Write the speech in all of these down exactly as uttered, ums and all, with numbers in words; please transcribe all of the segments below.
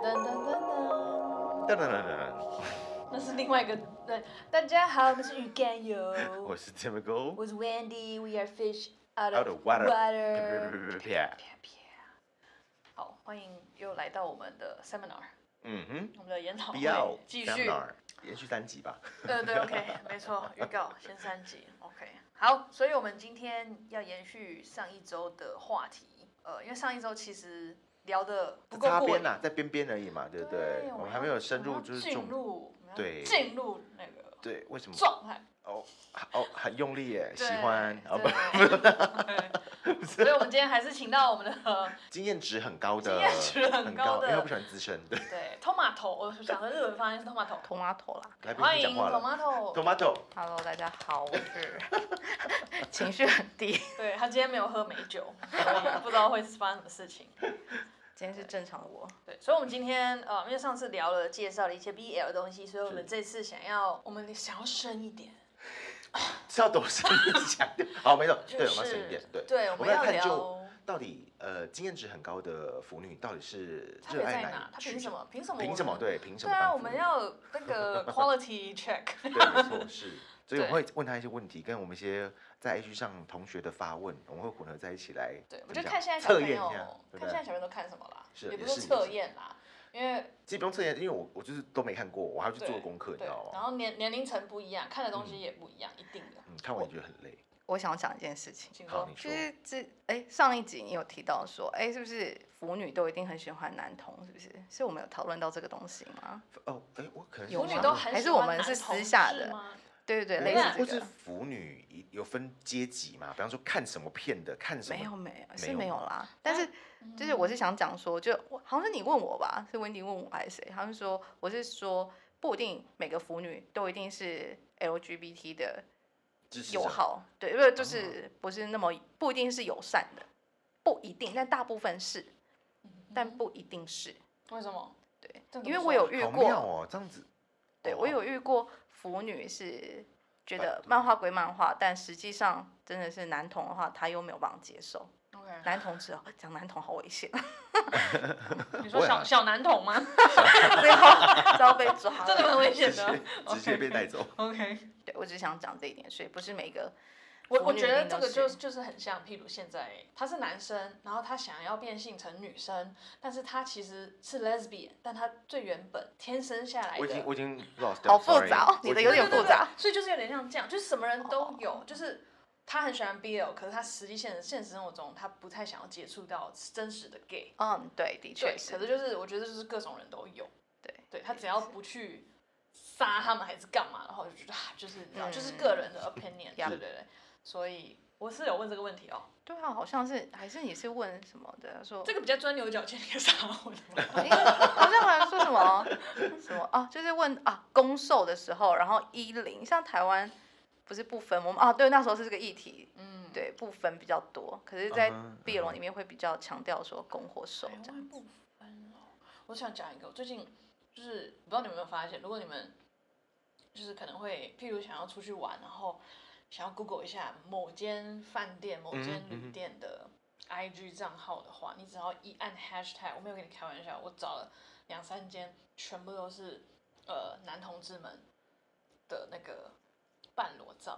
噔噔噔噔， 噔噔噔噔， 那是另外一个。对，大家好，我们是鱼肝油， 我是 Timigo， 我是 Wendy，We are fish out Out of of water water。 啪啪啪。好，欢迎又来到我们的 seminar， 嗯哼， 我们的研讨不要会继续。 Seminar，连续三集吧。 对对 ，OK， 没错，预告先三集 ，OK。好，所以我们今天要延续上一周的话题，呃，因为上一周其实聊的不够过瘾擦边呐，在边边而已嘛，对不对？ 对， 我们还没有深入，就是进重入， 对进入那个对，为什么？ 状态。 哦哦，很用力耶， 对喜欢哦不， 对所以我们今天还是请到我们的经验值很高的， 经验值很很高的因为他不喜欢资深，对。 对 tomato， 我想的日文发音是 tomato。 tomato 啦， 来宾欢迎请讲话了 tomato。 ，Tomato， Hello， 大家好，我是情绪很低， 对他今天没有喝美酒，所以不知道会发生什么事情。 今天是正常的我。 对，所以我们今天呃，因为上次聊了介绍了一些 B L 的东西，所以我们这次想要我们想要深一点。 是要多深一讲？好，没错， 就是、 对，我们要深一点，对。 对，我我们们要聊要探究到底呃经验值很高的腐女到底是差别热爱哪在哪？他凭什么？凭什么？ 凭什么？对，凭什么？ 对啊，我们要有那个 quality check。 对，没错，是。所以我们会问他一些问题，跟我们一些在 A G 上同学的发问，我们会混合在一起来。 对，我就看现在小测朋友， 验一下， 看现在小朋友都看什么啦？ 是， 也不是测验啦，因为其实不用测验，因为我我就是都没看过，我还要去做功课，你知道吗？ 然后年年龄层不一样，看的东西也不一样，一定的。 嗯，看完也觉得很累。 我想讲一件事情， 请说。 其实这哎上一集你有提到说，哎是不是腐女都一定很喜欢男同？是不是？是我们有讨论到这个东西吗？ 哦，哎，我可能腐女都很还是我们是私下的？对对对，类似这个。 或是腐女有分阶级嘛？比方说看什么片的，看什么？ 没有没有是没有啦。但是就是我是想讲说，就好像是你问我吧，是温迪问我还是谁？他们说我是说不一定每个腐女都一定是 L G B T 的友好，对，因为就是不是那么不一定是友善的，不一定，但大部分是，但不一定是。 为什么？ 对，因为我有遇过， 好妙哦，这样子。 对，我有遇过腐女是觉得漫画归漫画，但实际上真的是男同的话，他又没有办法接受。 Okay. 男同志讲男同好危险。 你说小小男童吗？ 最后就要被抓， 真的很危险的， 直接被带走。 OK， 对我只想讲这一点，所以不是每个。 我我觉得这个就就是很像，譬如现在他是男生，然后他想要变性成女生，但是他其实是 lesbian， 但他最原本天生下来的。 我已经我已经 lost。 好复杂哦，你的有点复杂。 所以就是有点像这样，就是什么人都有，就是他很喜欢 B L， 可是他实际现现实生活中他不太想要接触到真实的 gay。 嗯，对，的确是。 可是就是我觉得就是各种人都有。 对， 对他只要不去杀他们还是干嘛的话，我就觉得啊，就是你知道，就是个人的 opinion， 对对对。所以我是有问这个问题哦。 对啊，好像是还是你是问什么的？说这个比较钻牛角尖，你可以杀我的吗？ 好像好像说什么什么啊，就是问啊公售的时候，然后一零，像台湾不是不分我们啊，对，那时候是这个议题，嗯，对，不分比较多，可是，在 B L 里面会比较强调说公或受这样子。 不分哦，我想讲一个，我最近就是不知道你们有没有发现，如果你们就是可能会，譬如想要出去玩，然后想要 Google 一下某间饭店、某间旅店的 I G 账号的话，你只要一按 hashtag， 我没有跟你开玩笑，我找了两三间，全部都是呃男同志们的那个半裸照。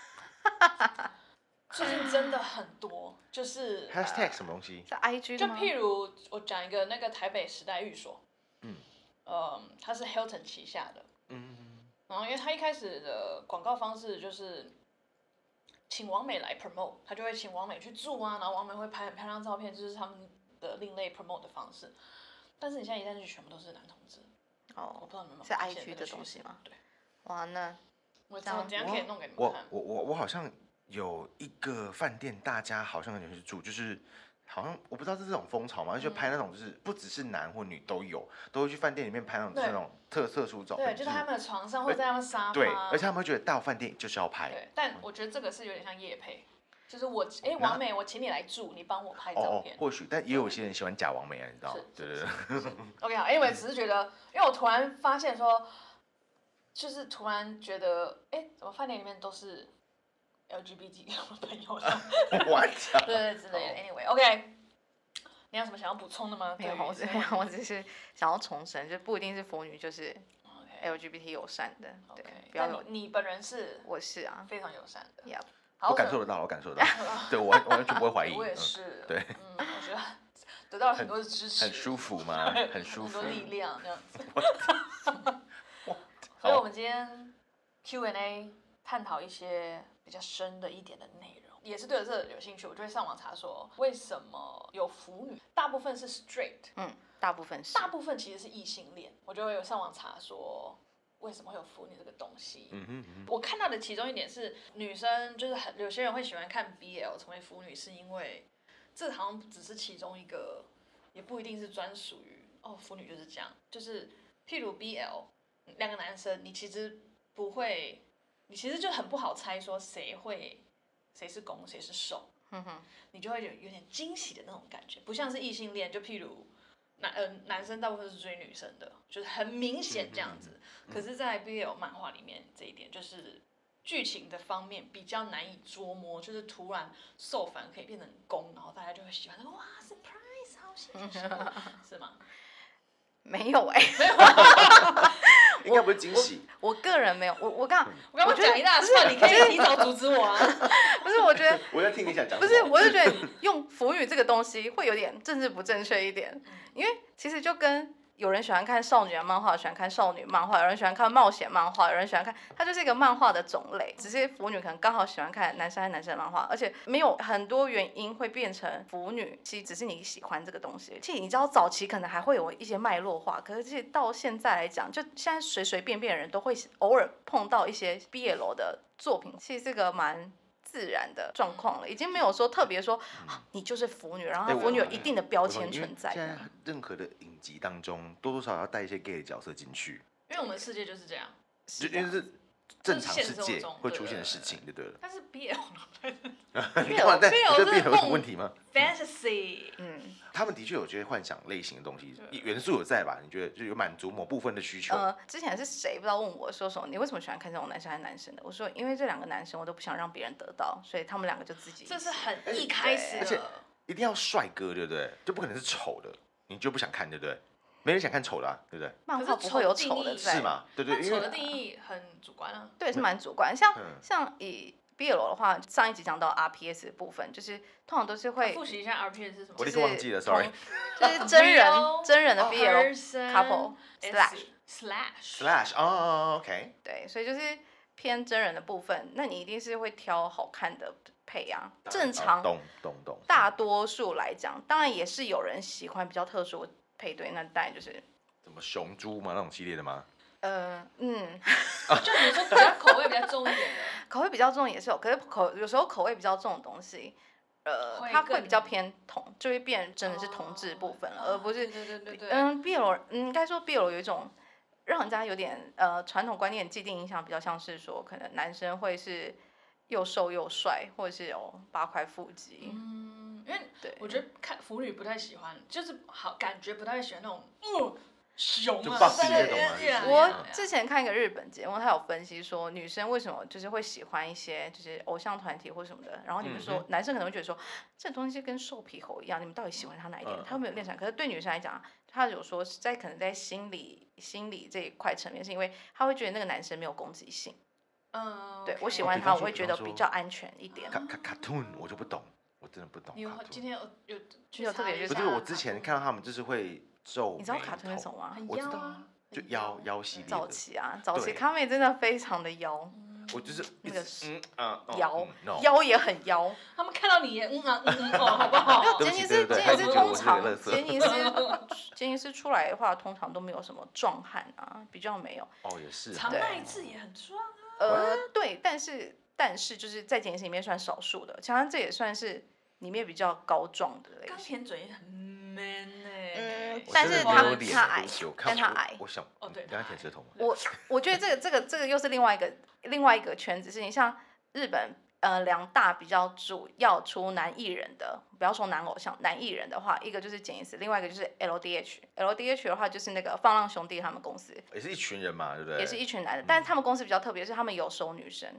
最近真的很多，就是 hashtag 什么东西？ 是 I G 就譬如我讲一个那个台北时代寓所，嗯，呃，它是 Hilton 旗下的，嗯，然后因为它一开始的广告方式就是请网美来 promote， 他就会请网美去住啊，然后网美会拍很漂亮照片，就是他们的另类 promote 的方式。但是你现在一站去全部都是男同志，哦，我不知道你们有没有是 I G 的东西吗？ 对， 哇，那我这样这样可以弄给你们看。 我我我我好像有一个饭店，大家好像很去住，就是好像我不知道是这种风潮嘛，就拍那种就是不只是男或女都有，都会去饭店里面拍那种就是那种特色出照片， 对，就是他们的床上或者在他们沙发， 对，而且他们会觉得到饭店就是要拍。 对，但我觉得这个是有点像业配。就是我哎，王美，我请你来住，你帮我拍照片。 哦，或许，但也有一些人喜欢假王美啊，你知道吗？对对对。 OK， 好 ，Anyway， 只是觉得，因为我突然发现说，就是突然觉得，哎，怎么饭店里面都是 L G B T 朋友的？ 我对对之类的。Anyway，OK， 你有什么想要补充的吗？ 没有，我只我只是想要重申，就不一定是腐女就是 L G B T 友善的，对，不要有。 你本人是？ 我是啊， 非常友善的。 Yep。 我感受得到，我感受得到，对我完完全不会怀疑。 我也是， 对， 嗯，我觉得得到了很多的支持， 很舒服吗？很舒服， 很多力量这样子。所以我们今天 Q and A 探讨一些比较深的一点的内容，也是对这有兴趣，我就会上网查说为什么有腐女，大部分是 straight， 嗯，大部分是， 大部分其实是异性恋，我就会有上网查说。为什么会有腐女这个东西？ 嗯哼嗯哼， 我看到的其中一点是，女生就是很有些人会喜欢看 B L 成为腐女，是因为这好像只是其中一个，也不一定是专属于哦，腐女就是这样。就是譬如 B L 两个男生，你其实不会，你其实就很不好猜说谁会谁是攻谁是受， 嗯哼， 你就会有有点惊喜的那种感觉，不像是异性恋，就譬如。男呃男生大部分是追女生的，就是很明显这样子。嗯嗯、可是，在 B L 漫画里面，这一点就是剧情的方面比较难以捉摸，就是突然受反可以变成攻，然后大家就会喜欢说哇 surprise 好喜欢，是吗？ 没有哎、 欸，应该不是惊喜。 我个人没有，我我刚我刚刚讲一大串，你可以提早阻止我啊。 不是，我觉得我要听你想讲。 不是，我就觉得用腐女这个东西会有点政治不正确一点，因为其实就跟有人喜欢看少女的漫画，喜欢看少女漫画，有人喜欢看冒险漫画，有人喜欢看，它就是一个漫画的种类。只是腐女可能刚好喜欢看男生和男生的漫画，而且没有很多原因会变成腐女，其实只是你喜欢这个东西。其实你知道早期可能还会有一些脉络化，可是其实到现在来讲，就现在随随便便的人都会偶尔碰到一些 B L 的作品，其实这个蛮自然的状况了，已经没有说特别说、啊、你就是腐女，然后腐女有一定的标签存在。 现在任何的影集当中，多多少少要带一些 gay 的角色进去， 因为我们世界就是这样， 就因为是正常世界会出现的事情，就对了。 但是 B L 你干嘛在？你对 B L 有什么问题吗 ？Fantasy， 嗯，他们的确有些幻想类型的东西，元素有在吧？你觉得就有满足某部分的需求？ 呃，之前是谁不知道问我说什么，你为什么喜欢看这种男生还是男生的？我说因为这两个男生我都不想让别人得到，所以他们两个就自己。 这是很一开始的， 而且一定要帅哥，对不对？就不可能是丑的，你就不想看，对不对？没人想看丑的、啊，对不对？ 漫画不会有丑的在， 是吗？对对， 因为丑的定义很主观啊。 对，是蛮主观。像、嗯、像以 B L 的话，上一集讲到 R P S 的部分，就是通常都是会复习一下 R P S 是什么。 我立刻忘记了 ，sorry。 就是真人真人的 B L couple slash slash slash 哦 ，OK。 对，所以就是偏真人的部分，那你一定是会挑好看的配啊。正常， 懂懂懂。 大多数来讲，当然也是有人喜欢比较特殊的配对，那当然就是什么熊猪嘛那种系列的吗？ 呃嗯， 就你说比较口味比较重一点的， 口味比较重也是有，可是口有时候口味比较重的东西，呃，它会比较偏同，就会变真的是同志部分了， 哦、 而不是对对对对嗯 B L， 嗯，应该说 B L 有一种让人家有点呃传统观念既定印象，比较像是说可能男生会是又瘦又帅，或者是有八块腹肌。 嗯，因为我觉得看腐女不太喜欢，就是好感觉不太喜欢那种嗯。熊啊！ 我之前看一个日本节目，他有分析说女生为什么就是会喜欢一些就是偶像团体或什么的，然后你们说、嗯、男生可能会觉得说这东西跟瘦皮猴一样，你们到底喜欢他哪一点？嗯、他没有练出来。可是对女生来讲，他有说在可能在心理心理这一块层面，是因为他会觉得那个男生没有攻击性。 嗯， 对我喜欢他，我会觉得比较安全一点。 卡卡卡 toon 我就不懂，我真的不懂。 你有今天有有有特别不是我之前看到他们就是会。 你知道卡通是什么吗？ 我知道啊，就腰腰系列的。 早期啊，早期卡美真的非常的妖。 我就是那个嗯啊妖妖也很妖。 他们看到你也嗯啊嗯嗯哦，好不好？ 杰尼斯杰尼斯通常杰尼斯杰尼斯出来的话，通常都没有什么壮汉啊，比较没有。 哦，也是。 长濑智也很壮啊。 呃，对，但是但是就是在杰尼斯里面算少数的，强安这也算是里面比较高壮的类型。 冈田准也很 man 哎。 嗯，但是他他矮，但他矮。 我想， 哦对， 刚刚舔舌头。 我我觉得这个这个这个又是另外一个另外一个圈子，是你像日本呃两大比较主要出男艺人的，不要说男偶像，男艺人的话，一个就是杰尼斯，另外一个就是 L D H。L D H 的话就是那个放浪兄弟他们公司， 也是一群人嘛，对不对？ 也是一群男的，但是他们公司比较特别，是他们有收女生。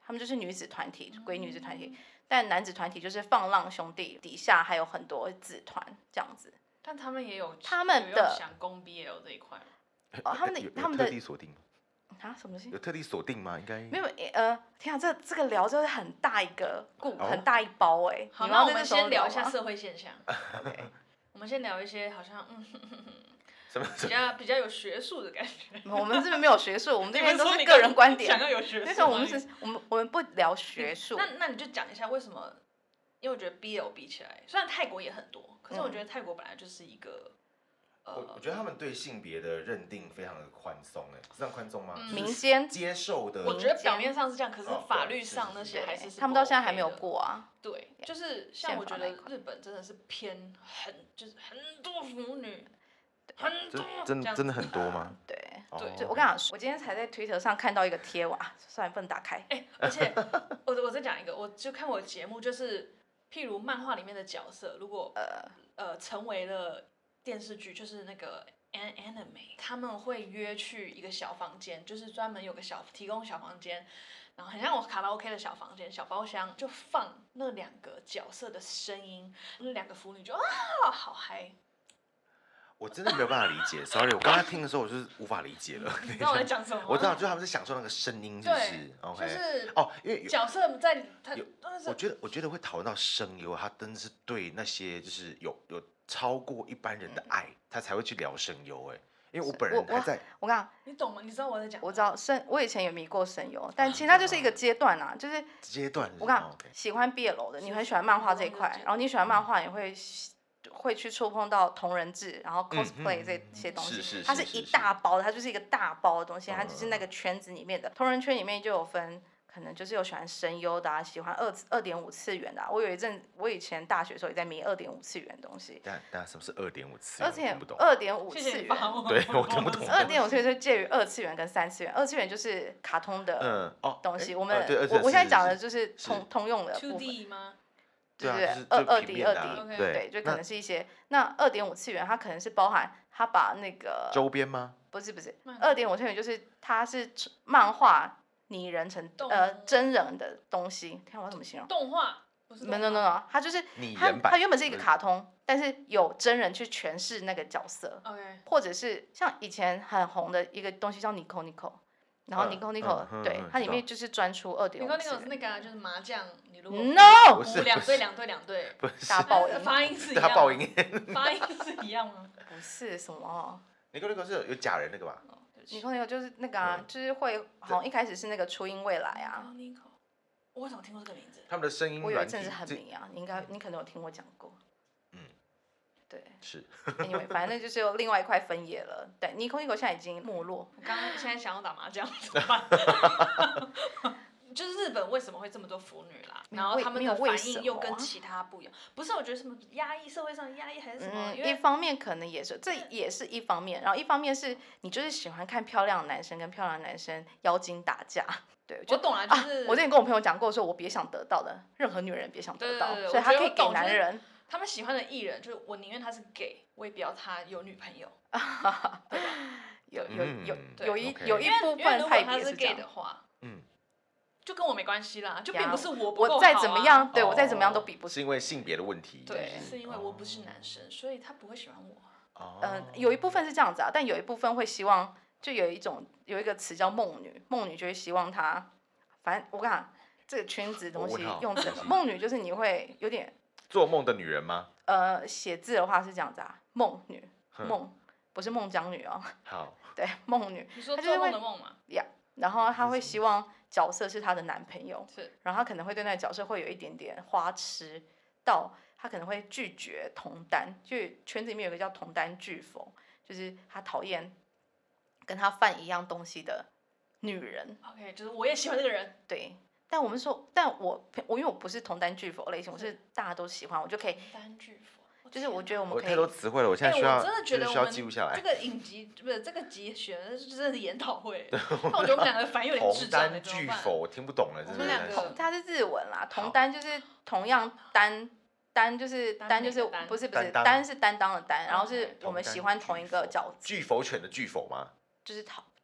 他们就是女子团体，归女子团体。但男子团体就是放浪兄弟，底下还有很多子团这样子。 但他们也有他们的有想攻 B L 这一块吗？ 哦，他们的有他们的有特地锁定吗？ 啊，什么东西？ 有特地锁定吗？应该没有，呃，天啊，这这个聊就是很大一个故， 哦很大一包哎。 好， 你要那我们在这时候先聊一下吗社会现象。 OK 我们先聊一些好像嗯什么比较比较有学术的感觉。 我们这边没有学术，我们这你边都是不说你刚个人观点想。要有学术吗， 那时候我们是，我们我们不聊学术。 那那你就讲一下为什么？因为我觉得 B L 比起来，虽然泰国也很多，可是我觉得泰国本来就是一个， 我呃我，觉得他们对性别的认定非常的宽松，哎，是这样宽松吗？ 嗯就是民间接受的， 我觉得表面上是这样，可是哦法律对是是是上那些还是是他们到不现在还没有 OK 的。 过啊。 对，就是像我觉得宪法那一块日本真的是偏很，就是很多腐女，很真多这样真真的很多吗？ 对， 哦对就我跟你讲，我今天才在 Twitter 上看到一个贴文，啊算了，不能打开。 哎、而且我我再讲一个，我就看我的节目，就是譬如漫画里面的角色，如果呃， 呃成为了电视剧，就是那个 an anime，他们会约去一个小房间，就是专门有个小提供小房间，然后很像我卡拉 OK 的小房间、小包厢，就放那两个角色的声音，那两个腐女就啊好嗨， 我真的没有办法理解，sorry，我刚才听的时候我就是无法理解了。 你知道我在讲什么吗？ 我知道，就他们是享受那个声音，是不是对 ？OK， 就是哦，因为有角色在他有但是我觉得，我觉得会讨论到声优，他真的是对那些就是有有超过一般人的爱，他才会去聊声优。哎，因为我本人我我还在， 我跟你讲， 你懂吗？你知道我在讲吗？ 我知道声，我以前有迷过声优，但其实它就是一个阶段啊，就是阶段是我跟你讲哦，OK， 喜欢 B L 的，你是很喜欢漫画这一块是是， 然后你喜欢漫画，你会会去触碰到同人志，然后嗯 cosplay 嗯这些东西， 是是它是一是是大包的，它就是一个大包的东西， 嗯它就是那个圈子里面的同人圈里面就有分。可能就是有喜欢声优的啊，喜欢二二点五次元的啊。我有一阵，我以前大学的时候也在迷二点五次元的东西。 但但什么是二点五次元？ 而且我听不懂。 二点五谢次元， 谢你帮我， 对我听不懂二点五次元就介于二次元跟三次元。二次元就是卡通的嗯哦， 东西， 诶我们呃对而且我我现在是是讲的就是是通通用的 two 部分。 D 吗？ 对啊， 对就是二二就是平 D 面的啊二 D， OK 对对，就可那能是一些那二点五次元，它可能是包含它把那个周边吗？ 不是不是漫二点五次元，就是它是漫画拟人成动呃真人的东西，看我要怎么形容？ 动画不是没动 no 画 no no，它就是它拟人版它原本是一个不是卡通，但是有真人去诠释那个角色。 OK， 或者是像以前很红的一个东西叫 Nico Nico，然后嗯 Nico Nico、 嗯嗯对、 嗯知道它里面就是专出二点五次你说那个是元。 那个啊就是麻将，你如果 No， 不是五两不是队两队两队， 不是， 大爆音发音是一对样吗， 他爆音。 发音是一样吗？ 不是什么你个那个是有有假人那个吧？ 哦对不起 Nico Nico 就是那个啊， 嗯就是会好像一开始是那个初音未来啊， Nico，我为什么听过这个名字？ 他们的声音软体我有一阵子很这迷啊，你应该你可能有听我讲过。 嗯， 对是 ，anyway，反正就是有另外一块分野了。对，Nico Nico 现在已经没落。 我刚刚现在想要打麻将怎么办？就是日本为什么会这么多腐女啦？ 没有为然后他们没有为的反应又什么啊跟其他不一样。不是，我觉得什么压抑，社会上的压抑还是什么？ 嗯， 因为一方面可能也是，这也是一方面，然后一方面是你就是喜欢看漂亮的男生跟漂亮的男生妖精打架，对，就我懂了，就是、 啊，我之前跟我朋友讲过，说我别想得到的，任何女人别想得到， 对对对所以他可以给我觉得我懂就是男人， 他们喜欢的艺人，就是我宁愿他是 gay，我也不要他有女朋友，对吧？ 有有有嗯有一 OK 有一因为部分因为如果他是派别这 gay 样的。话， 嗯， 就跟我没关系啦，就并呀不是我不够好、啊、 我再怎么样，对我再怎么样都哦比不是因为性别的问题。 对， 就是是因为我不是男生，所以他不会喜欢我。 哦， 嗯，有一部分是这样子啊，但有一部分会希望，就有一种有一个词叫梦女，梦女就会希望她，反正我跟你讲，这个圈子的东西我问号用这个梦女就是你会有点做梦的女人吗？ 呃写字的话是这样子啊，梦女哼梦不是孟姜女哦， 好， 对梦女， 你说他就是会做梦的梦嘛？ 然后她会希望角色是她的男朋友， 是， 然后她可能会对那个角色会有一点点花痴，到她可能会拒绝同单，就圈子里面有个叫同单拒否，就是她讨厌跟她犯一样东西的女人， OK，就是我也喜欢这个人。 对。但我们说，但我我因为我不是同单拒否类型，我是大家都喜欢，我就可以， 单句佛， 就是我觉得我们可以我太多词汇了，我现哎、 在需要我真的觉就是需要得我们记录下来这。个影集不是这个集选的是真的是研讨会，但我觉得我们两个反应有点智同障， 单怎么办？ 拒否，我听不懂了， 我真的是。 们两个同它是日文啦，同单就是同样单单就是单单就是哪个单不是不是担当单是担当的单，然后是哦我们同单喜欢同一个拒否角色， 拒否犬的拒否吗？ 就是讨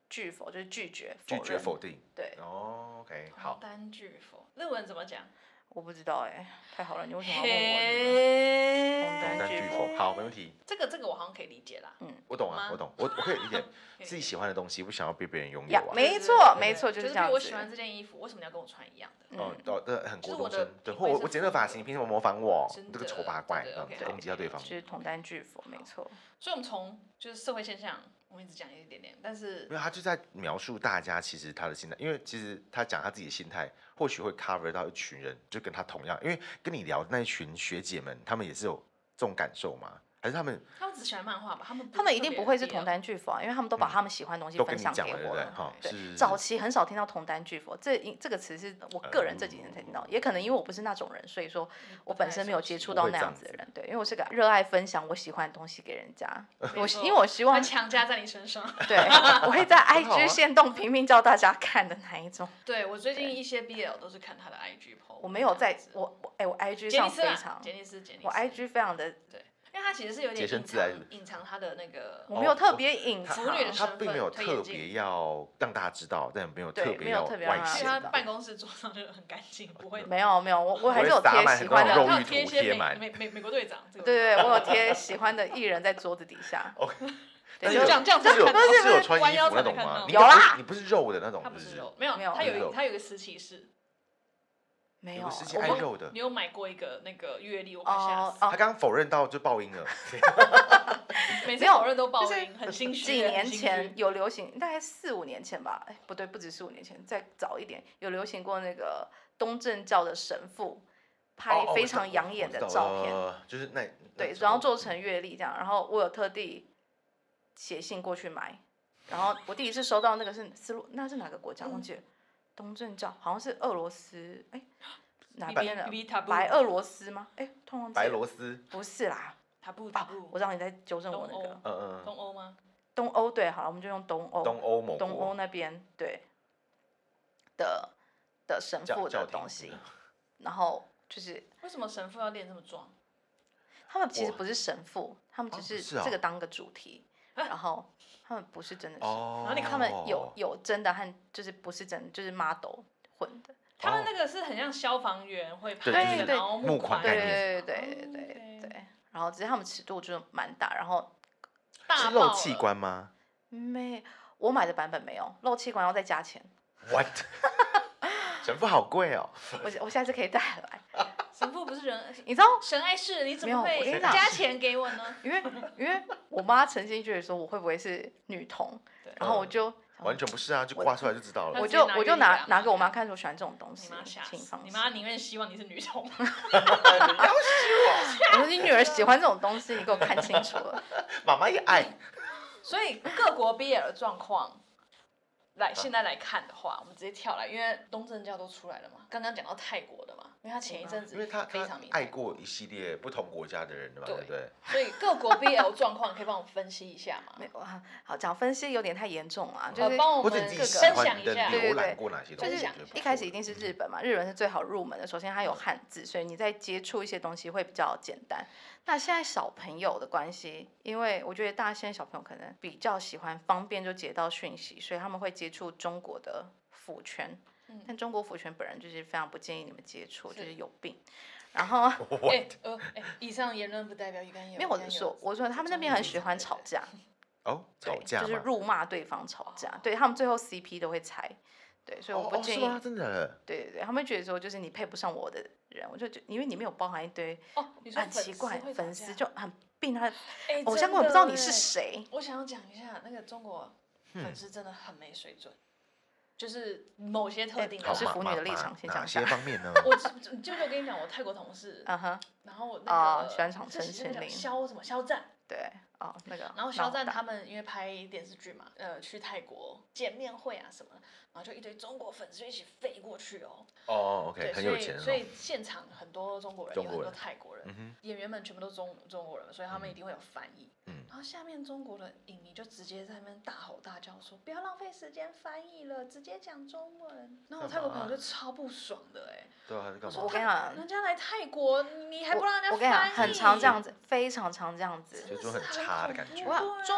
拒否就是拒绝拒否认。 绝否定。 对， 哦，OK，好。 单拒否，日文怎么讲？ 我不知道哎、太好了，你为什么要问我呢？ 嘿同同单拒否，好，没问题。 这个这个我好像可以理解啦。 嗯， 我懂啊， 吗我懂，我我可以理解可以自己喜欢的东西，不想要被别人拥有呀啊。 没错对对对没错就就是这样子比如我喜欢这件衣服，为什么你要跟我穿一样的？ 哦嗯， 哦，这很就是我的国中生，对， 品味是或我我剪这个发型，凭什么模仿我？ 真你这个的丑八怪， 对对这样 OK， 子攻击到对方了。 就是同单拒否，没错。 所以我们从就是社会现象，我们一直讲一点点，但是因为他就在描述大家其实他的心态，因为其实他讲他自己的心态，或许会 cover 到一群人，就跟他同样，因为跟你聊的那一群学姐们，他们也是有这种感受吗？还是他们他们只喜欢漫画吧？他们不他们一定不会是特别同单拒否啊，因为他们都把他们喜欢的东西都跟分享你讲了，对不对？ 给我了。 哈， 对， 是早期很少听到同单拒否，这这个词是我个人这几年才听到，也可能因为我不是那种人，所以说我本身没有接触到那样子的人。对，因为我是个热爱分享我喜欢的东西给人家，我因为我希望强加在你身上。 对，我会在很好啊 I G 限动拼命叫大家看的那一种。 对我最近一些 B L 都是看他的 I G po， 我没有在我我哎、我 I G 上杰尼斯啊非常， 杰尼斯杰尼斯， 我 I G 非常的， 因为他其实是有点洁身隐自爱藏隐藏他的那个我没有特别隐他藏， 腐女的他身并没有特份推眼镜别要让大家知道，但没有对特别要没有特别外让大家显知道因为他办公室桌上就很干净，不会。 没有没有，我我还是有我会撒贴喜欢的满很多肉他有欲贴一些美图贴满美美美国队长，这个对对对，我有贴喜欢的艺人在桌子底下。对，就但是有这样这样是有才看到是有穿衣弯腰服那种吗？ 才能看到你应该不是有啦你不是肉的那种， 他不是是肉，没有没有他有没有一他有一个私骑士， 没有有个时期我们爱肉的你。有买过一个那个月历，我快吓死， 哦哦他刚刚否认到就爆音了， 每次没有否认都爆就是音，很心虚。 几年很心虚前有流行，大概四五年前吧，哎，不对，不止四五年前，再早一点，有流行过那个东正教的神父拍非哦哦我知道常养眼的我知照片， 道呃就是那对， 那然后做成月历这样，然后我有特地写信过去买，然后我第一次收到那个是斯洛，那是哪个国家忘记了？东正教好像是俄罗斯，哎，哪比比边的比比塔？布白俄罗斯吗？哎，突然忘记白了， 罗斯， 不是啦， 塔布塔啊， 布我知道你在纠正我那东个嗯嗯， 东欧吗？ 东欧，对，好了，我们就用东欧， 东欧某东欧国那边对的的神父教教廷的东西，然后就是为什么神父要练这么壮？ 他们其实哇不是神父，他们哦只是是哦这个当个主题，然后他们不是真的神父， 哦， 然后你他们有有真的和就是不是真的，就是 model 混的， 他们那个是很像消防员会拍对那个， 对然后募款概对念对对对对对对，然后只是他们尺度就蛮大，然后大是爆了漏气关吗没我买的版本没有漏气管要再加钱， ？What？神父好贵哦。 我我下次可以带来， 神父不是人， 你知道神爱世，你怎没有么会我跟你讲加钱给我呢？ 因为因为我妈曾经觉得说我会不会是女童， 对然后我就完全不是啊，就挂出来就知道了。 我就她直接拿我就拿月历给她妈拿给我妈看看，说我喜欢这种东你西妈吓，死请放，心。 你妈宁愿希望你是女童。 我说你女儿喜欢这种东西，你给我看清楚了。 妈妈也爱。 所以各国 B L 的状况，来现在来看的话，我们直接跳来，因为东正教都出来了嘛。刚刚讲到泰国的嘛，因为他前一阵子因为他他非常敏感， 爱过一系列不同国家的人的嘛， 对对不对？ 所以各国 B L 状况，你可以帮我分析一下吗？ 没有啊，好讲分析有点太严重啊，就呃， 是帮我们或者你自己分喜欢的享一下。 对对浏览过哪些东西？ 就是分享一下一开始一定是日本嘛，日文是最好入门的。首先它有汉字，所以你在接触一些东西会比较简单。那现在小朋友的关系，因为我觉得大家现在小朋友可能比较喜欢方便就接到讯息，所以他们会接触中国的腐圈。 嗯但中国腐圈本人就是非常不建议你们接触，就是有病。然后哎呃哎，以上言论不代表鱼竿有。 没有我是说，我说他们那边很喜欢吵架， 哦，吵对，就是架嘛。 辱骂对方吵架， 哦对他们最后 C P 都会拆。对，所以我不哦， 建议。 是吗？真的？ 对对对，他们觉得说就是你配不上我的人，我就觉因为里面有包含一堆哦，你说很奇怪会粉丝吵架就很病他的哎偶像根本真的不知道你是哎谁。 我想要讲一下，那个中国嗯粉丝真的很没水准，就是某些特定的我是人。 腐女的立场先讲哪一下些方面呢？ 我就就就跟你讲，我泰国同事， 嗯哼， 然后那哦个喜欢闯是是那个陈情令肖什么肖战， 对，哦那个。 然后肖战闹大他们因为拍电视剧嘛，呃，去泰国见面会啊什么的，然后就一堆中国粉丝就一起飞过去哦。 哦对， ，OK，很所有钱哦。 以所以现场很多中国人，有很多中国人泰国人， 嗯哼， 演员们全部都中中国人，所以他们一定会有翻译。 嗯然后下面中国的影迷就直接在那边大吼大叫说：“不要浪费时间翻译了，直接讲中文。”然后我泰国朋友就超不爽的哎、 对啊，他是干我嘛？ 跟你讲， 人家来泰国，你还不让人家我跟你讲， 翻译？ 很常这样子，非常常这样子。 就说很差的感觉我想中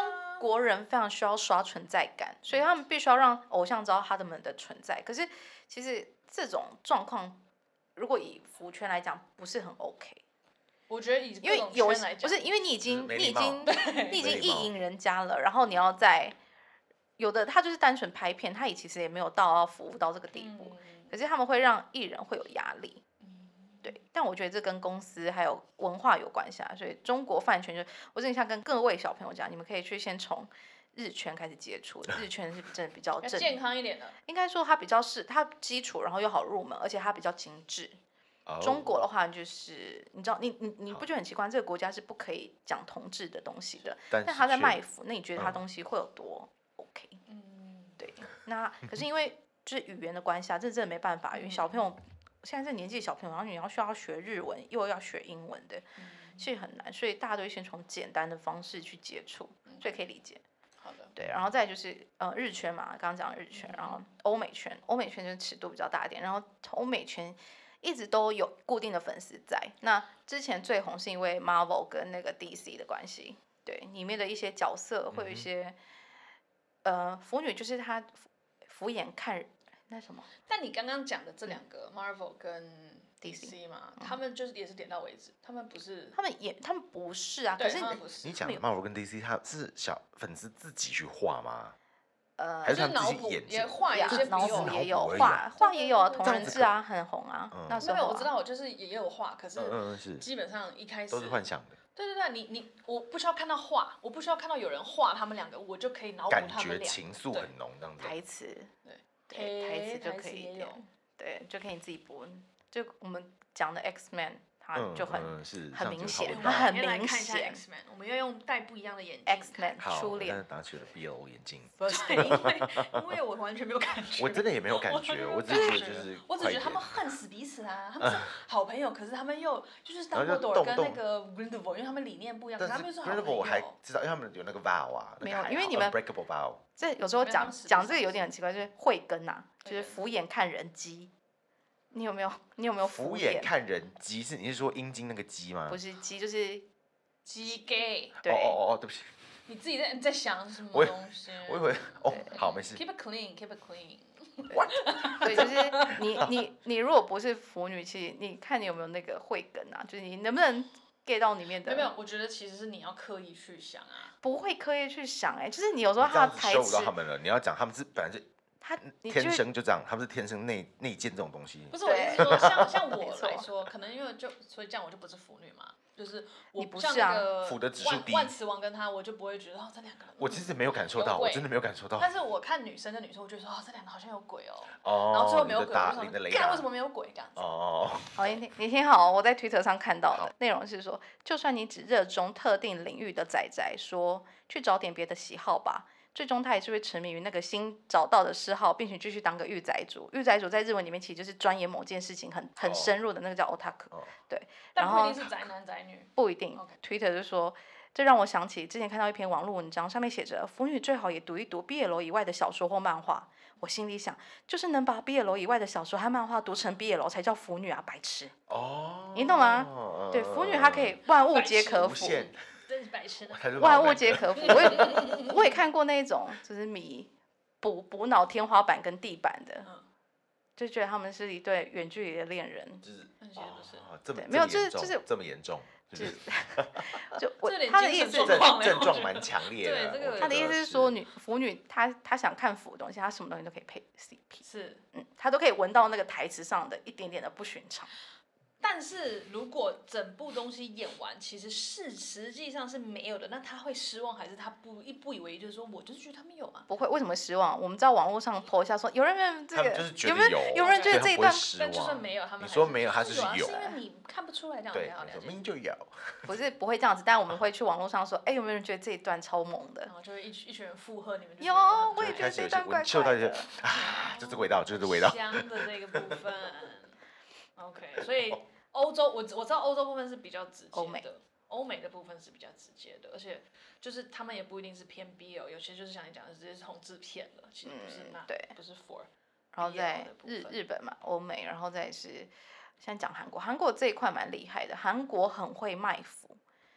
国人非常需要刷存在感，所以他们必须要让偶像知道他们的存在。可是其实这种状况，如果以服圈来讲，不是很 OK。 我觉得以因为有来不是因为你已经你已经你已经没礼貌意淫人家了，然后你要在有的他就是单纯拍片，他也其实也没有到要服务到这个地步， 嗯可是他们会让艺人会有压力。对，但我觉得这跟公司还有文化有关系啊，所以中国饭圈就我真的想跟各位小朋友讲，你们可以去先从日圈开始接触，日圈是真的比较正， 健康一点的， 应该说它比较是它基础，然后又好入门，而且它比较精致。 哦中国的话就是你知道，你你你不觉得很奇怪？这个国家是不可以讲同志的东西的， 但但他在却卖腐，那你觉得他嗯东西会有多 OK？ 嗯， 对，那可是因为就是语言的关系啊，这真的没办法，因为小朋友现在这年纪的小朋友，然后你要需要学日文，又要学英文的，其实很难，所以大家都会先从简单的方式去接触，所以可以理解。 好的， 对，然后再就是呃日圈嘛，刚刚讲的日圈，然后欧美圈，欧美圈就是尺度比较大一点，然后欧美圈一直都有固定的粉丝在。那之前最红是因为 Marvel 跟那个 D C 的关系，对，里面的一些角色会有一些、呃腐女，就是她敷衍看那什么。 但你刚刚讲的这两个 Marvel 跟 D D C 嘛，他们就是也是点到为止，他们不是， 他们也，他们不是啊，可对， 是他们不是， 你讲的 Marvel 跟 D C，他是小粉丝自己去画吗？ 呃， 还是他们就是脑补自己演也画呀有些不脑用补也有脑补而已画啊画也有啊， 对对对同这样子可人志啊很红啊， 嗯那时候、啊、 没有，我知道，我就是也有画，可是嗯嗯是， 基本上一开始都是幻想的， 对对对，你你我不需要看到画，我不需要看到有人画他们两个，我就可以脑补感他们两个。 觉情愫对很浓这样子。 台词， 对对，台词就可以点台词也有， 对，就可以自己播。就我们讲的 X Man，它嗯就很、 嗯是很明显我上次讨论到它很们来明看一下显 X Man，我们要用戴不一样的眼镜 X 看 Man 好，我初恋现在拿起了 B L 眼镜， 不是因为因为我完全没有感觉， 我真的也没有感觉，我只是觉得就是我只觉得他们快恨死彼此啊，他们是好朋友，可是他们又就是然后就 Dumbledore 动不动跟那个 Grindelwald，因为他们理念不一样，可点， 是他们但是又是好朋 Grindelwald 我还友。 知道，因为他们有那个 vow 啊，那没个还好有因为你们 unbreakable vow， 这有时候讲没有他们实际讲这个上是有点很奇怪，就是慧根呐、就是慧根敷衍看人机。你有没有你有没有敷衍？ 衍看人鸡是你是说阴茎那个鸡吗？ 不是鸡，就是鸡 gay， 对、 哦哦哦哦，对不起， 你自己在在想什么我东西？ 我以为哦好没事， Keep it clean, keep it clean。 对，就是你你你如果不是腐女，其实你看你有没有那个慧根啊，就是你能不能 get 到里面的？ 没有没有，我觉得其实是你要刻意去想啊。 不会刻意去想哎、就是你有时候你这他的台样子羞辱到词， 他们了。你要讲他们是本来是他你就天生就这样，他们是天生内内建这种东西不。是我意思说，像像没错我来说，可能因为就所以这样我就不是腐女嘛，就是我你不像是啊那个腐的指数低万万磁王跟他，我就不会觉得哦这两个人。 我其实没有感受到， 有鬼我真的没有感受到。 但是我看女生跟女生，我就说哦这两个好像有鬼哦， 哦， 然后最后没有你的鬼，我就打你的雷达想干为什么没有鬼这样子？ 哦哦，哦好，你听你听好，我在 Twitter 上看到好的内容是说，就算你只热衷特定领域的仔仔，说去找点别的喜好吧，最终他还是会沉迷于那个新找到的嗜好，并且继续当个御宅族。御宅族在日文里面其实就是钻研某件事情很很哦深入的那个叫 otaku，、 哦对， 但然后不一定是宅男宅女。 不一定。 OK Twitter 就说，这让我想起之前看到一篇网络文章，上面写着腐女最好也读一读 B L 以外的小说或漫画。我心里想，就是能把 B L 以外的小说和漫画读成 B L 才叫腐女啊，白痴。 哦， 你懂吗对，腐女她可以万物皆可腐， 无限， 真是白痴呢。 还是万物老板皆可腐。我也我也看过那种就是迷补补脑天花板跟地板的， 嗯就觉得他们是一对远距离的恋人。 就是但其实不是哦这么对没有这么严就是就是重这么严重，就就是就我这有点他的意思精神状症况嘞我觉得症状蛮强烈的。 对这个我觉他的意得思是说，女腐女她她想看腐的东西，她什么东西都可以配 C P， 是， 嗯，她都可以闻到那个台词上的一点点的不寻常。 但是如果整部东西演完，其实是实际上是没有的，那他会失望，还是他不一不以为意，就是说我就是觉得他们有啊？ 不会，为什么失望？我们知道网络上 po 一下说，有人没有这个， 他们就是觉有没有得有， 有人觉得这一段所以他不会失但就算望。 没有，他们你还是说没有他就是啊有是因为你看不出来这样， 对， 了解你说明明就有。 不是不会这样子，但我们会去网络上说，哎，有没有人觉得这一段超猛的然？后就会一群一群人附和你们就觉有得很我也觉得就开始有些这段怪闻嗅到一些怪的。 啊，就是味道，就是味道。 香的这个部分。OK，所以欧洲我我知道欧洲部分是比较直欧美接的，欧美的部分是比较直接的，而且就是他们也不一定是偏 B L，有些就是像你讲的直接是同志片了，其实不是那、 嗯对不是 for。 然后 B L 在的部分日日本嘛，欧美，然后再是现在讲韩国，韩国这一块蛮厉害的，韩国很会卖腐，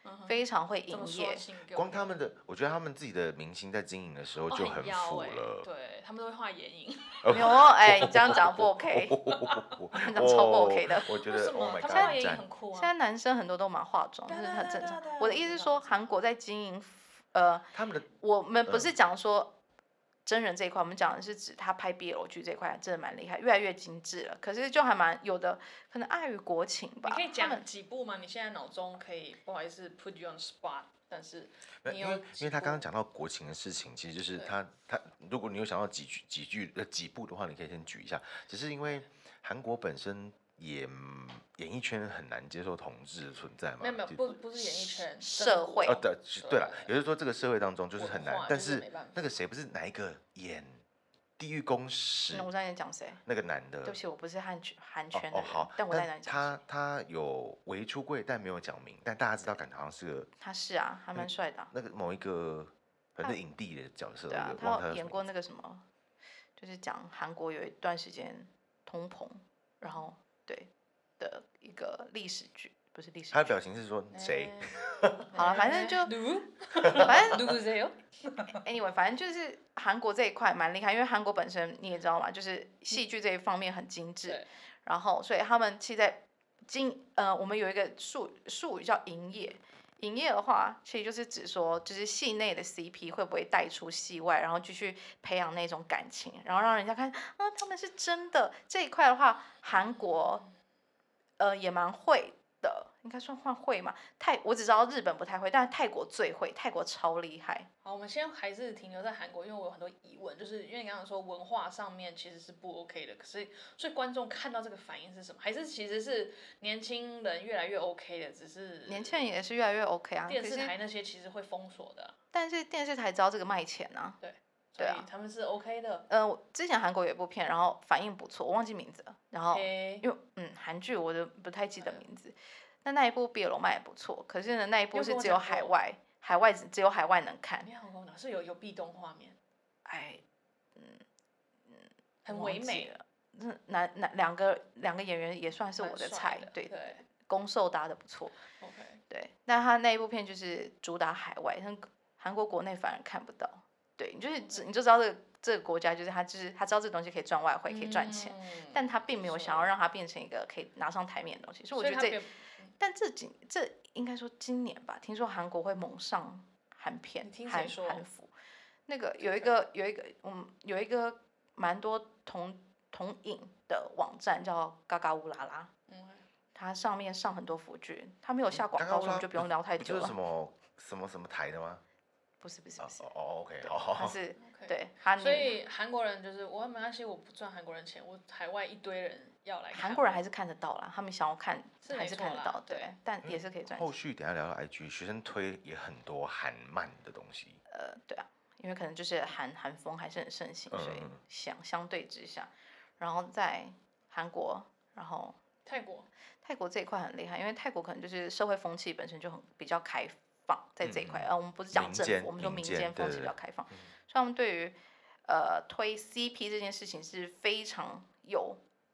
非常会营怎么说业。 请给我光他们的，我觉得他们自己的明星在经营的时候哦就很妖欸服了。 对他们都会画眼影， 没有哦，哎，你这样讲不 OK，这样超不 OK 的。 我觉得为什 Oh 么 my 他 God， 们画眼影很赞很酷啊？ 现在男生很多都蛮化妆，这对啊是很正常对啊对啊。 我的意思是说， 我知道我知道韩国在经营，呃， 他们的我们不是嗯讲说真人这一块，我们讲的是指他拍 B L 剧这一块真的蛮厉害，越来越精致了。可是就还蛮有的，可能碍于国情吧。 你可以他们讲几部吗？你现在脑中可以，不好意思 put you on spot，但是你有因为因为他刚刚几讲到国情的事情，其实就是对他他，如果你有想到几句几句呃几部的话，你可以先举一下。只是因为韩国本身也嗯演艺圈很难接受同志的存在嘛， 没有没有就不不是演艺圈， 社会哦对是对了，也就是说这个社会当中就是文很难化， 但是就是没办法那个谁不是哪一个演《地狱公使嗯，我》知道你在讲谁。 那个男的对不，起，我不是韩圈韩哦圈的人， 哦好， 但我在哪里讲谁？ 他他有为出柜，但没有讲明，但大家知道感觉好像是个他是啊，还蛮帅的啊。 那个某一个反正影帝的角色， 对啊， 我忘了他有演过叫什么名字那个什么，就是讲韩国有一段时间通膨，然后对的一个历史剧，不是历史剧。 他的表情是说谁？ 好了，反正就 누구？ 反正 누구세요？ anyway，反正就是韩国这一块蛮厉害，因为韩国本身你也知道嘛，就是戏剧这一方面很精致对， 然后所以他们其实在经呃，我们有一个术术语叫营业。营业的话，其实就是指说，就是戏内的 C P 会不会带出戏外，然后继续培养那种感情，然后让人家看啊，他们是真的。这一块的话，韩国呃也蛮会的，应该算换会嘛。泰我只知道日本不太会，但是泰国最会，泰国超厉害。 好，我们先还是停留在韩国，因为我有很多疑问，就是因为你刚刚说文化上面其实是不 OK 的，可是所以观众看到这个反应是什么？还是其实是年轻人越来越 OK 的，只是年轻人也是越来越 OK 啊， 电视可是台那些其实会封锁的啊， 但是电视台知道这个卖钱啊。 所对啊以他们是 OK 的。 呃，我之前韩国有一部片，然后反应不错，我忘记名字了。然后嘿因为嗯韩剧我都不太记得名字，但那一部 B L 卖也不错，可是呢那一部是只有海外，海外只只有海外能看。 你好，跟我讲是有有壁咚画面， 哎，嗯嗯， 很忘记唯美， 了。那男男两个两个演员也算是我蛮帅的菜，对， 的对攻受搭的不错， ，OK。 对。但他那一部片就是主打海外，但韩国国内反而看不到。对，你就是只你就知道这个这个国家就是他就是他知道这个东西可以赚外汇，可以赚钱， 嗯但他并没有是想要让它变成一个可以拿上台面的东西，所以我觉得这所以他变， 但这几这应该说今年吧，听说韩国会猛上韩片你听、谁韩说韩服，那个有一个有一个嗯有一个蛮多同同影的网站叫嘎嘎乌拉拉， 嗯， 它上面上很多腐剧，它没有下广刚刚告，所以我们就不用聊太久了不就是什。么什么什么台的吗？ 不是不是哦不是， 哦哦，OK，好好好。 它是 OK 对它所以韩国人就是我没关系，我不赚韩国人钱，我海外一堆人要来看。 韩国人还是看得到啦，他们想要看还是没错啦是看得到， 对对，但也是可以赚钱。 后续等一下聊到 I G，学生推也很多韩漫的东西。 呃，对啊，因为可能就是韩韩风还是很盛行，所以嗯相相对之下，然后在韩国，然后泰国， 泰国这一块很厉害，因为泰国可能就是社会风气本身就很比较开放，在这一块， 嗯呃，我们不是讲民间政府，我们说民间民间风对对对气比较开放，所以他们对于呃推 C P 这件事情是非常有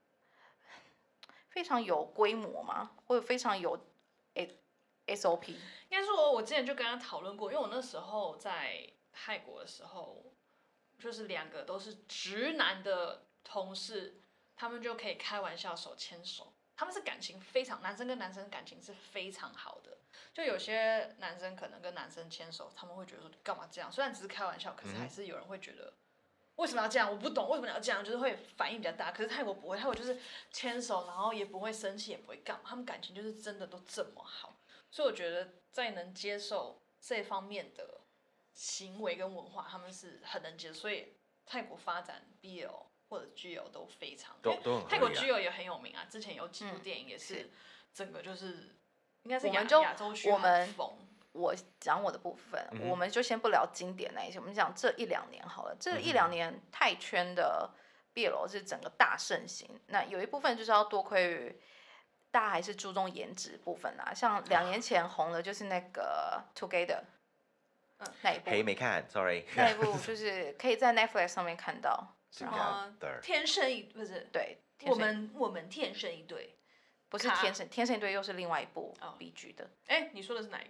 非常有规模嘛，或者非常有 S S O P。 应该说，我之前就跟他讨论过，因为我那时候在泰国的时候，就是两个都是直男的同事，他们就可以开玩笑手牵手，他们是感情非常，男生跟男生感情是非常好的。就有些男生可能跟男生牵手，他们会觉得说你干嘛这样？虽然只是开玩笑，可是还是有人会觉得。为什么要这样？我不懂为什么要这样，就是会反应比较大。可是泰国不会，泰国就是牵手，然后也不会生气，也不会干嘛，他们感情就是真的都这么好。所以我觉得在能接受这方面的行为跟文化，他们是很能接受。所以泰国发展 B L 或者 G L 都非常， 都都很合理啊泰国 G L 也很有名啊。之前有几部嗯电影也是是整个就是应该是亚我们就亚洲区我们很疯。 我讲我的部分， 嗯哼我们就先不聊经典那一些，我们讲这一两年好了。这一两年泰圈的 B L 是整个大盛行，那有一部分就是要多亏于大家还是注重颜值部分啦。像两年前红的就是那个 Together， 嗯那一部， 嘿，没看，sorry。 那一部就是可以在 Netflix 上面看到。 是然后啊 Together 天生一不是， 对，天我生们我们天生一对。 不是卡天生天生一对，又是另外一部哦 B G 的。 哎，你说的是哪一个？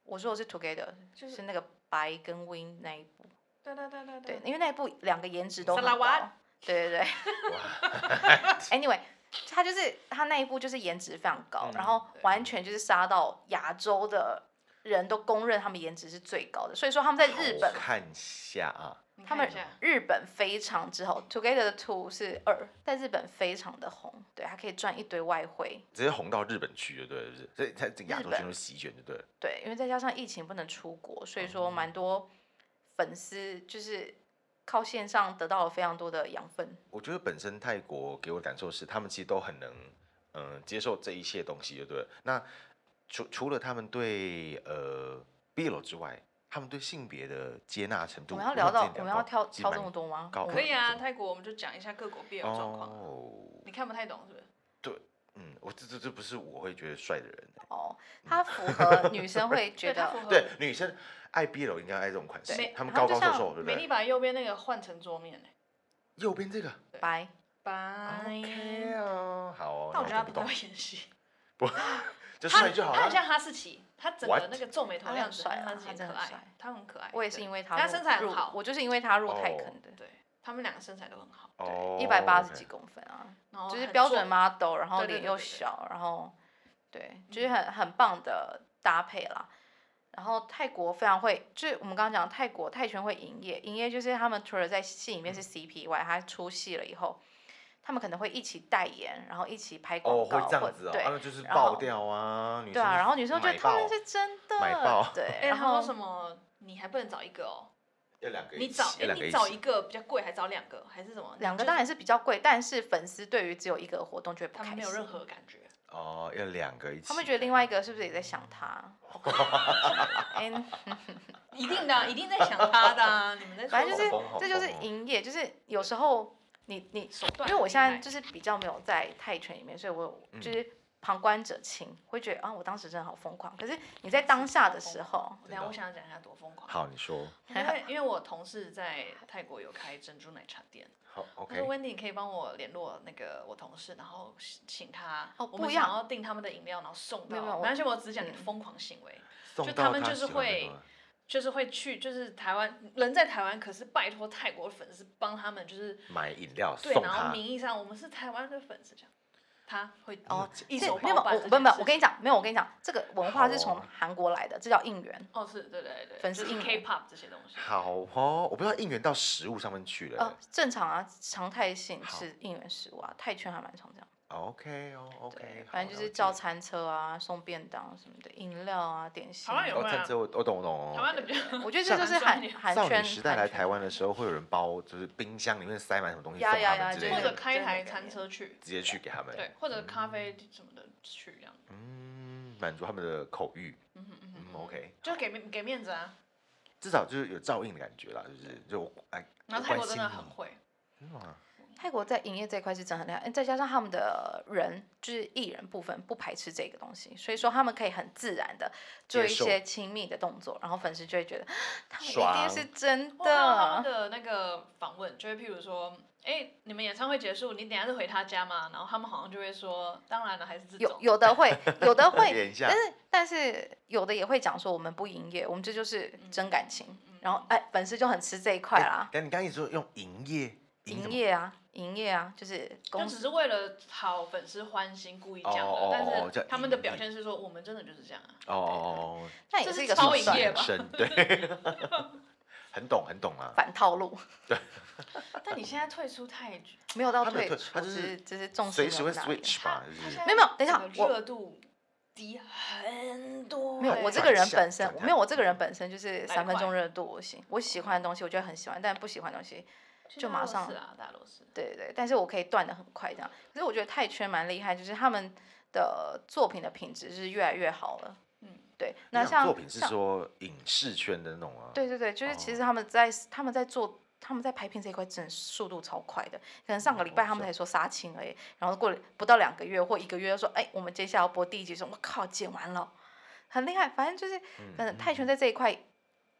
我说的是 Together，、 就是是那个白跟 Win 那一部。 对对对对对，因为那一部两个颜值都很高沙拉瓦。 对对对。anyway， 他就是他那一部就是颜值非常高， 嗯然后完全就是杀到亚洲的人都公认他们颜值是最高的，所以说他们在日本我看一下啊， 他们你看一下日本非常之后 ，Together 的 Two 是二，在日本非常的红，对，它可以赚一堆外汇。 直接红到日本去，就对了，是不是？所以在整个亚洲日本圈都席卷，就对了。 对，因为再加上疫情不能出国，所以说蛮多粉丝就是靠线上得到了非常多的养分。 我觉得本身泰国给我的感受是，他们其实都很能，嗯、接受这一切东西，就对了。那除除了他们对呃 B L 之外，他们对性别的接纳程度， 我们要聊到之前我们要跳挑其实蛮这么多吗？ 高我可以啊， 怎么泰国我们就讲一下各国 B L 状况。 哦， 你看不太懂是不是？ 嗯，我这这这不是我会觉得帅的人。 哦，它符合女生会觉得对它符合对，女生爱 B L 应该爱这种款式对， 他们然后就像高高瘦瘦，对不对？ 美丽把右边那个换成桌面嘞。 右边这个白。 拜。 ，OK 哦，好哦。 但我觉得他不太懂会，演戏。 就他帅就好了。 他很像哈士奇，他整个 What？ 那个皱眉头的样子， 他很帅啊哈士奇很可爱他真的很帅， 他很可爱。 我也是对因为他入他身材很入好我就是因为他入哦泰坑的， 对他们两个身材都很好， 哦， 一百八十 OK 几公分啊， 然后很就是标准壮 model，然后脸又对对对对对小，然后对，就是很很棒的搭配啦。然后泰国非常会，就是我们刚刚讲泰国泰拳会营业，营业就是他们除了在戏里面是 C P 以外，他出戏了以后，他们可能会一起代言，然后一起拍哦， 广告， 会这样子哦， 对他们就是然后爆掉啊，女对啊， 生然后女生觉得他们买爆是真的， 买爆对， 哎， 然他说后什么？你还不能找一个哦， 要两个一起， 你找哎， 要两个一起你找一个比较贵，还找两个，还是什么？就是两个当然是比较贵，但是粉丝对于只有一个活动就会不开心， 他们没有任何感觉。 哦，要两个一起。 他们觉得另外一个是不是也在想他？哎， 一定的啊，一定在想他的啊！你们在说反正就是什么好疯这就是哦营业，就是有时候你你手段很厉害， 因为我现在就是比较没有在泰拳里面，所以我嗯就是旁观者清，会觉得啊，我当时真的好疯狂。可是你在当下的时候， 等一下我想讲一下多疯狂。 好，你说。 因为因为我同事在泰国有开珍珠奶茶店， 好他说 ，OK。 Wendy 你可以帮我联络那个我同事，然后请他，我哦不一样们想要订他们的饮料，然后送到。 没有没有没关系，我只讲你的嗯疯狂行为， 送就他们就是到他喜欢的会地方就是会去，就是台湾人在台湾，可是拜托泰国粉丝帮他们，就是买饮料对， 送然后他。 名义上我们是台湾的粉丝这样，他会哦一手这没有我包办这件事没有没有，我跟你情讲，没有我跟你讲，这个文化是从好哦韩国来的，这叫应援。 哦，是对对对，就是粉丝应援 K-pop 这些东西。 好哦，我不知道应援到食物上面去了呃。，正常啊，常态性好是应援食物啊，泰拳还蛮常这样。 OK 哦对 ，OK，， 反正就是叫餐车啊，送便当什么的，饮料啊，点心。 哦， 台湾有没有啊这这我我懂我懂哦。 台湾的比较， 我觉得这就是韩韩少女圈。 时代来韩圈台湾的时候，会有人包，就是冰箱里面塞满什么东西呀送呀呀对他们之类的， 或者开一台餐车去， 直接去给他们。 对，或者咖啡什么的去这样。 嗯，满足他们的口欲。 嗯哼嗯嗯哼 ，OK， 就给面给面子啊。 至少就是有照应的感觉啦，就是就我哎， 然后泰国真的很会。 会， 真的吗？ 泰国在营业这一块是真的很厉害，再加上他们的人就是艺人部分不排斥这个东西，所以说他们可以很自然的做一接受些亲密的动作，然后粉丝就会觉得他们一爽定是真我看到他们的。 的那个访问，就会譬如说，哎，你们演唱会结束，你等一下是回他家吗？然后他们好像就会说，当然了，还是这有种。 有的会，有的会， 演一下但是但是有的也会讲说我们不营业，我们这就是真感情。 嗯然后哎，粉丝就很吃这一块啦， 但你刚刚一直说用营业，什么营业啊，营业啊，就是就公司。 只是为了讨粉丝欢心故意讲哦哦的， 哦叫但是他们的营业表现是说，我们真的就是这样啊。 哦哦哦， 那也是这是一个手段超营业吧深对，很懂很懂啊。 反套路， 但你现在退出泰剧， 没有到他没有退退出， 他就是只是只是重视随时会没有哪里 switch 吧，就是没有没有等一下整个我热度低很多欸。 没有，我这个人转向本身转向没有，我这个人本身就是来三分快钟热度，我行，我喜欢的东西我就很喜欢，但不喜欢的东西， 其实大家都就马上是啊，大家都是。 对对对，但是我可以断的很快这样。可是我觉得泰圈蛮厉害，就是他们的作品的品质是越来越好了。 嗯， 对， 那那像作品是像说影视圈的那种啊。 对对对，就是其哦实他们在他们在做。他们在拍片这一块真的速度超快的，可能上个礼拜他们才说杀青而已，然后过了不到两个月或一个月就说，哎，我们接下来要播第一集，说我靠，剪完了，很厉害。反正就是， 嗯嗯，泰拳在这一块，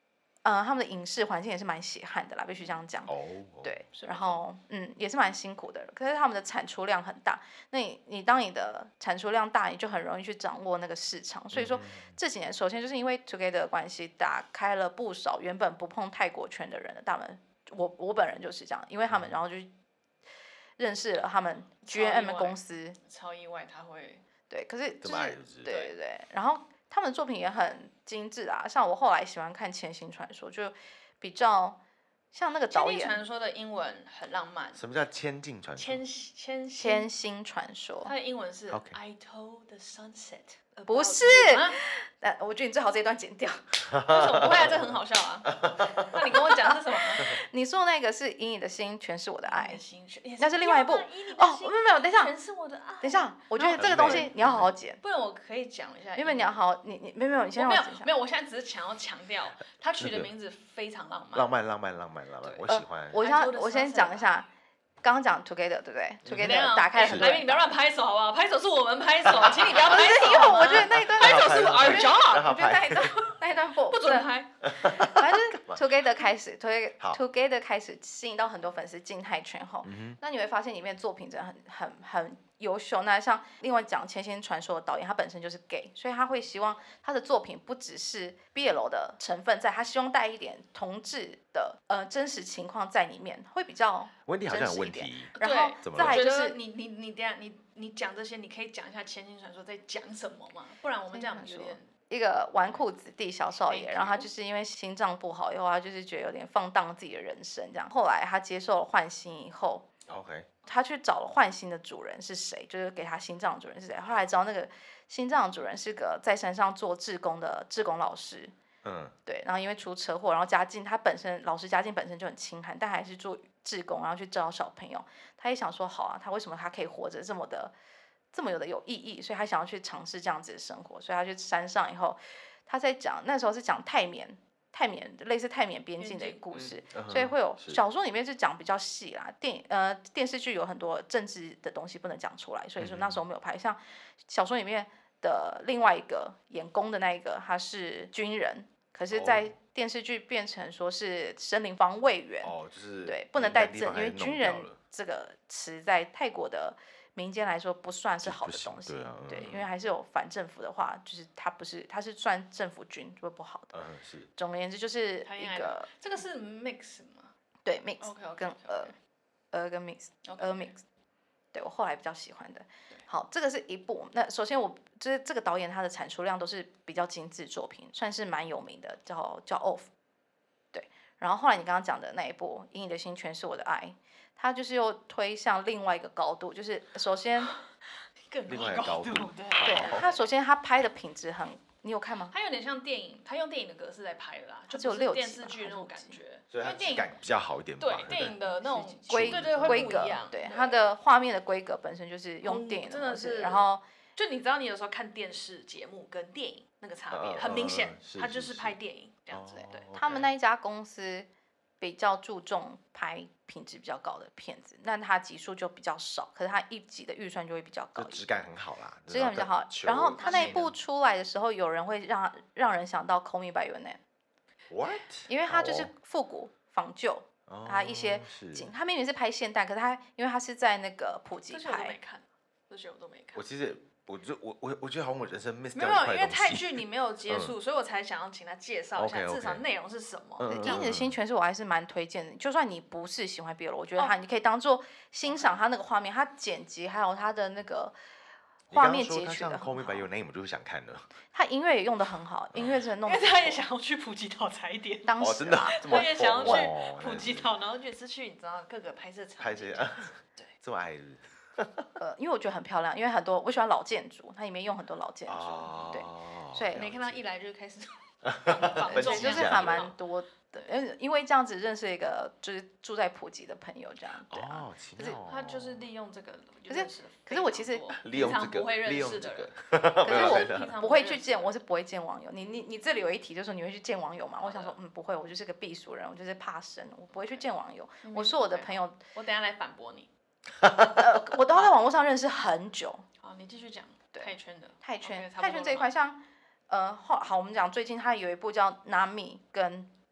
呃，他们的影视环境也是蛮血汗的啦，必须这样讲。 哦， 对， 是然后嗯，也是蛮辛苦的。可是他们的产出量很大，那你你当你的产出量大，你就很容易去掌握那个市场。所以说、 嗯这几年，首先就是因为 Together 的关系，打开了不少原本不碰泰国圈的人的大门。我我本人就是这样，因为他们然后就认识了他们 G N M 公司， 超意外他会对，可是就这么爱是就是对对对，然后他们的作品也很精致啊，像我后来喜欢看《千星传说》，就比较像那个导演千星传说的英文很浪漫， 什么叫千境传说？ 千千千星传说它》，的英文是 OK I told the sunset， 不是啊呃，我觉得你最好这一段剪掉。 为什么不会啊？这很好笑啊！那你跟我讲是什么？ 你说那个是以你的心全是我的爱，那那是另外一部哦，没有没有，等一下， 全是我的爱。 等一下，我觉得这个东西你要好好剪， 不然我可以讲一下。 因为你要好好，你你没有没有，你先我没有让我剪一下。 没有，我现在只是想要强调，他取的名字非常浪漫。 浪漫浪漫浪漫浪漫，我喜欢。 我 I 先 told the 我先 sunset 讲一下，刚刚讲 Together 对不对没有 ？Together 打开了很多人来宾，你不要乱拍手好不好？拍手是我们拍手，请你不要拍手。 因为我觉得那一段拍手是我 our 让 job， 他我觉得那拍一段那一段不不准拍。 反正就是 Together 开始，Together 好 Together 开始吸引到很多粉丝进泰圈后， 嗯那你会发现里面作品真的很很很优秀。那像另外讲《千星传说》的导演，他本身就是 gay， 所以他会希望他的作品不只是 B L 的成分在，他希望带一点同志的呃真实情况在里面，会比较温蒂好像有问真实一题， 然后怎么了我觉再来就是得你你你等下你你讲这些，你可以讲一下《千星传说》在讲什么吗？不然我们这样有点。 一个纨绔子弟小少爷， Thank 然后他 you 就是因为心脏不好，以后他就是觉得有点放荡自己的人生这样。后来他接受了换心以后， OK， 他去找了换心的主人是谁，就是给他心脏的主人是谁。后来知道那个心脏的主人是个在山上做志工的志工老师， 嗯， 对，然后因为出车祸，然后家境他本身老师家境本身就很清寒，但还是做志工，然后去教小朋友。他也想说，好啊，他为什么他可以活着这么的这么有的有意义？所以他想要去尝试这样子的生活，所以他去山上以后，他在讲那时候是讲泰缅。泰缅类似泰缅边境的一个故事， 嗯嗯所以会有是小说里面是讲比较细啦，电影呃电视剧有很多政治的东西不能讲出来，所以说那时候没有拍。像小说里面的另外一个演公的那一个，他是军人，可是，在电视剧变成说是森林防卫员， 哦，就是对，不能带敏政，因为感地方还是弄军人掉了这个词在泰国的民间来说不算是好就不行的东西， 对啊嗯因为还是有反政府的话，就是他不是，他是算政府军，就会不好的。 嗯是， 总而言之，就是谈恋爱一个这个是 mix 吗？ 对 mix OK OK 跟呃呃跟 mix 呃 mix，对我后来比较喜欢的。好，这个是一部。那首先我就是这个导演他的产出量都是比较精致作品，算是蛮有名的，叫叫 Off。对，然后后来你刚刚讲的那一部《以你的心全是我的爱》，它就是又推向另外一个高度，就是首先更另外一个高度度，对。 对他首先他拍的品质很，你有看吗？ 它有点像电影，它用电影的格式在拍的啦，就只有不是电视六集吧剧那种感还是五集觉。 所以它因为电影质感比较好一点吧， 对电影的那种规对对会规格不一样， 对对它的画面的规格本身就是用嗯电影真的模式， 是然后就你知道你有时候看电视节目跟电影那个差别嗯很明显嗯嗯，是它就是是是拍电影这样子， 哦对。 他们那一家公司比较注重拍品质比较高的片子，那它集数就比较少，可是它一集的预算就会比较高一点， 就质感很好啦， 质感比较好。然后它那一部出来的时候，有人会让让人想到《Call Me by Your Name》， what， 因为它就是好复古仿旧， 哦它一些是景，它明明是拍现代，可是它因为它是在那个普吉这些我都没拍， 看，这些我都没看我。其实我就我我我觉得好像我人生 miss 没有， 掉一块因为泰东西剧你没有接触，所以我才想要请他介绍一下 OK，OK 至少内容是什么。 嗯以你的心全是我还是蛮推荐的，就算你不是喜欢 B L，我觉得它哦你可以当做欣赏它那个画面，它剪辑还有它的那个你刚刚画面截说它像取的 Call 很 Me 好 by，Your Name，我就会想看了。 它音乐也用的很好，音乐真的弄得因为他也想要去普吉岛踩点， 哦， 当时啊真的啊这么他也想要疯去哦普吉岛，然后也是去你知道各个拍摄场拍这些， 对这么爱是不是呃，因为我觉得很漂亮，因为很多我喜欢老建筑，它里面用很多老建筑，对， 哦所以没看到一来就开始分对， 析一下就是还蛮多的，因因为这样子认识一个就是住在普吉的朋友，这样对啊。 哦，奇可是妙哦他就是利用这个可是认识了可是我其实非常多利用这个平常不会认利用这识的人个， 可是我没有没有平常不会认识去见，我是不会见网友。你你你这里有一题，就是说你会去见网友吗？我想说，嗯，不会，我就是个避暑人，我就是怕生，我不会去见网友。我说我的朋友， 我等一下来反驳你。 呃，我都要在网络上认识很久。 好，你继续讲对泰圈的泰圈 OK，差不多泰圈这一块， 了吗像呃，后好，我们讲最近它有一部叫《Nami》跟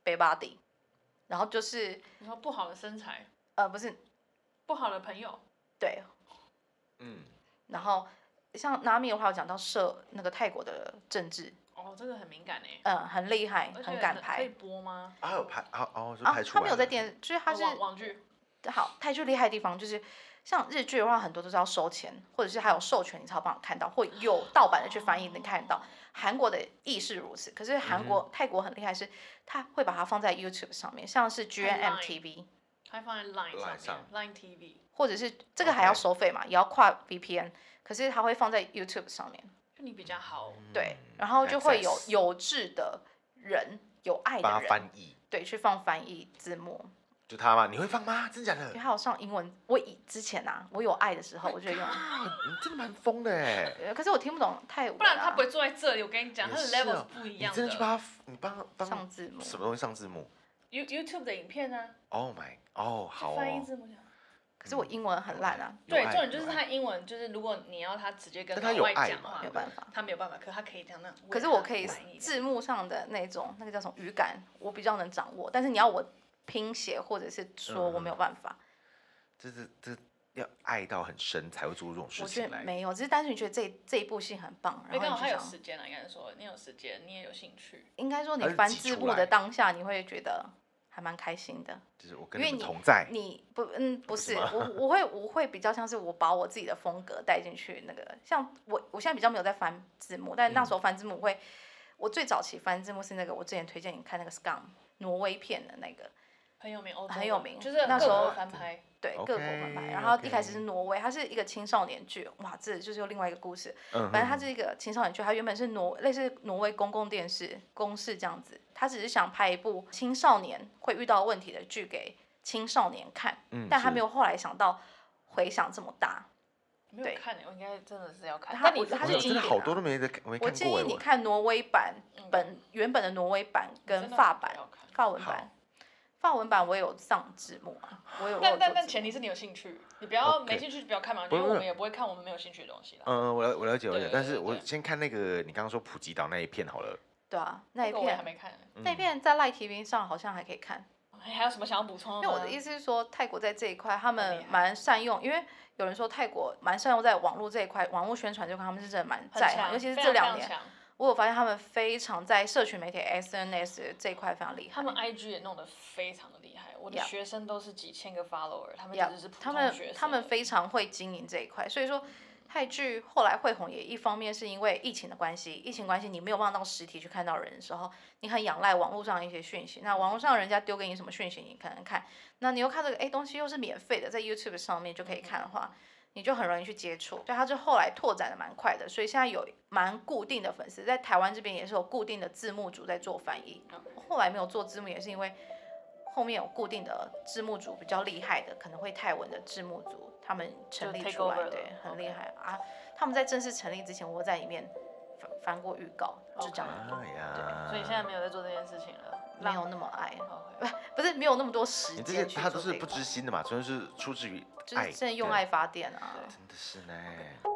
背 body， 然后就是你说不好的身材， 呃不是不好的朋友， 对， 嗯， 然后像 Nami 的话，有讲到涉那个泰国的政治， 哦，这个很敏感哎， 嗯，很厉害， 而且很敢可以拍播吗？ 啊，有拍，啊哦，就啊拍，出他来了。 没有在电，就是他是哦网网剧， 好泰剧厉害的地方就是。像日剧的话，很多都是要收钱，或者是还有授权你才有办法看到，或有盗版的去翻译能看得到。韩国的亦是如此，可是韩国、 嗯泰国很厉害是，他会把它放在 YouTube 上面，像是 G N M T V， 还放在 Line 上 Line 上面，Line T V， 或者是这个还要收费嘛，也要跨 V P N，可是它会放在 YouTube 上面， 就你比较好， 对，然后就会有 Access 有志的人，有爱帮他的人， 翻译， 对，去放翻译字幕。 就他吗？你会放吗？真的假的因为？还有上英文，我以之前啊，我有爱的时候，我就用。 啊，你真的蛮疯的哎！ 呃可是我听不懂泰文、啊， 不然他不会坐在这里。我跟你讲，他的也是 level 是哦不一样你真的去帮他，你帮帮上字幕。 什么东西上字幕 You YouTube 的影片呢？ ？Oh my，哦，好就翻译哦。 字幕这样。 可是我英文很烂啊， 对， 有爱重点就是有爱他英文，就是如果你要他直接跟但他老有爱嘛外讲话， 没有办法。 他没有办法，可他可以这样那。 可是我可以翻译字幕上的那种那个叫什么语感，我比较能掌握。但是你要我拼写或者是说，我没有办法。 这是这要爱到很深才会做出这种事我觉情来。 得没有，只是单纯觉得这这一部戏很棒。 因为刚好他有然后你就想， 时间了，应该说你有时间，你也有兴趣。 应该说你它是翻字幕挤出来的当下，你会觉得还蛮开心的。 就是我跟你们因为你同在， 你不嗯不是是吗我我会我会比较像是我把我自己的风格带进去那个，像我我现在比较没有在翻字幕，但那时候翻字幕会，我最早期翻字幕是那个我之前推荐你看那个 Scum 挪威片的那个， 很有名，欧洲很有名就是那时候各国翻拍。 对 OK， 各国翻拍，然后一开始 OK 是挪威，它是一个青少年剧，哇，这就是又另外一个故事。 嗯反正它是一个青少年剧，它原本是挪类似挪威公共电视公视这样子，他只是想拍一部青少年会遇到问题的剧给青少年看， 嗯但他是没有后来想到回响这么大。对没有看欸，我应该真的是要看。 他但你我他我真的是经典啊好多都没在没我看过哎， 建议你我看挪威版嗯本原本的挪威版跟真的法版要看好法文版，法文版我也有上字幕啊，我有我有但但但做字幕前提是你有兴趣，你不要 OK 没兴趣就不要看嘛， 不是因为我们也不会看我们没有兴趣的东西啦。 嗯，我了我了解我了解， 对但是对对我先看那个你刚刚说普吉岛那一片好了。 对啊，那一个我也还片没看。 那一片在赖 T V 上好像还可以看。 还还有什么想要补充的吗？ 因为我的意思是说，泰国在这一块他很们厉害蛮善用，因为有人说泰国蛮善用在网络这一块，网络宣传这块他们是真的蛮很在行， 强尤其是非这两年， 常非常强我有发现他们非常在社群媒体 S N S 这一块非常厉害。 他们 I G 也弄得非常的厉害，我的 Yeah 学生都是几千个 follower，他们 Yeah， 只是普他们通学生。 他们非常会经营这一块，所以说泰剧后来会红也一方面是因为疫情的关系，疫情关系你没有办法到实体去看到人的时候，你很仰赖网络上的一些讯息。那网络上人家丢给你什么讯息，你可能看，那你又看这个哎东西又是免费的，在 YouTube 上面就可以看的话，你就很容易去接触。所以它就后来拓展的蛮快的，所以现在有蛮固定的粉丝，在台湾这边也是有固定的字幕组在做翻译。后来没有做字幕也是因为后面有固定的字幕组比较厉害的，可能会泰文的字幕组，他们成立就 take 出来 over 了对，很 OK 厉害啊。他们在正式成立之前，我在里面翻翻过预告，就讲很多哎呀， 所以现在没有在做这件事情了， 没有那么爱， 浪。 不是没有那么多时你这些间去他都是不做这一块知心的嘛，纯粹是出自于爱， 就是真的用对爱发电啊。 真的是呢。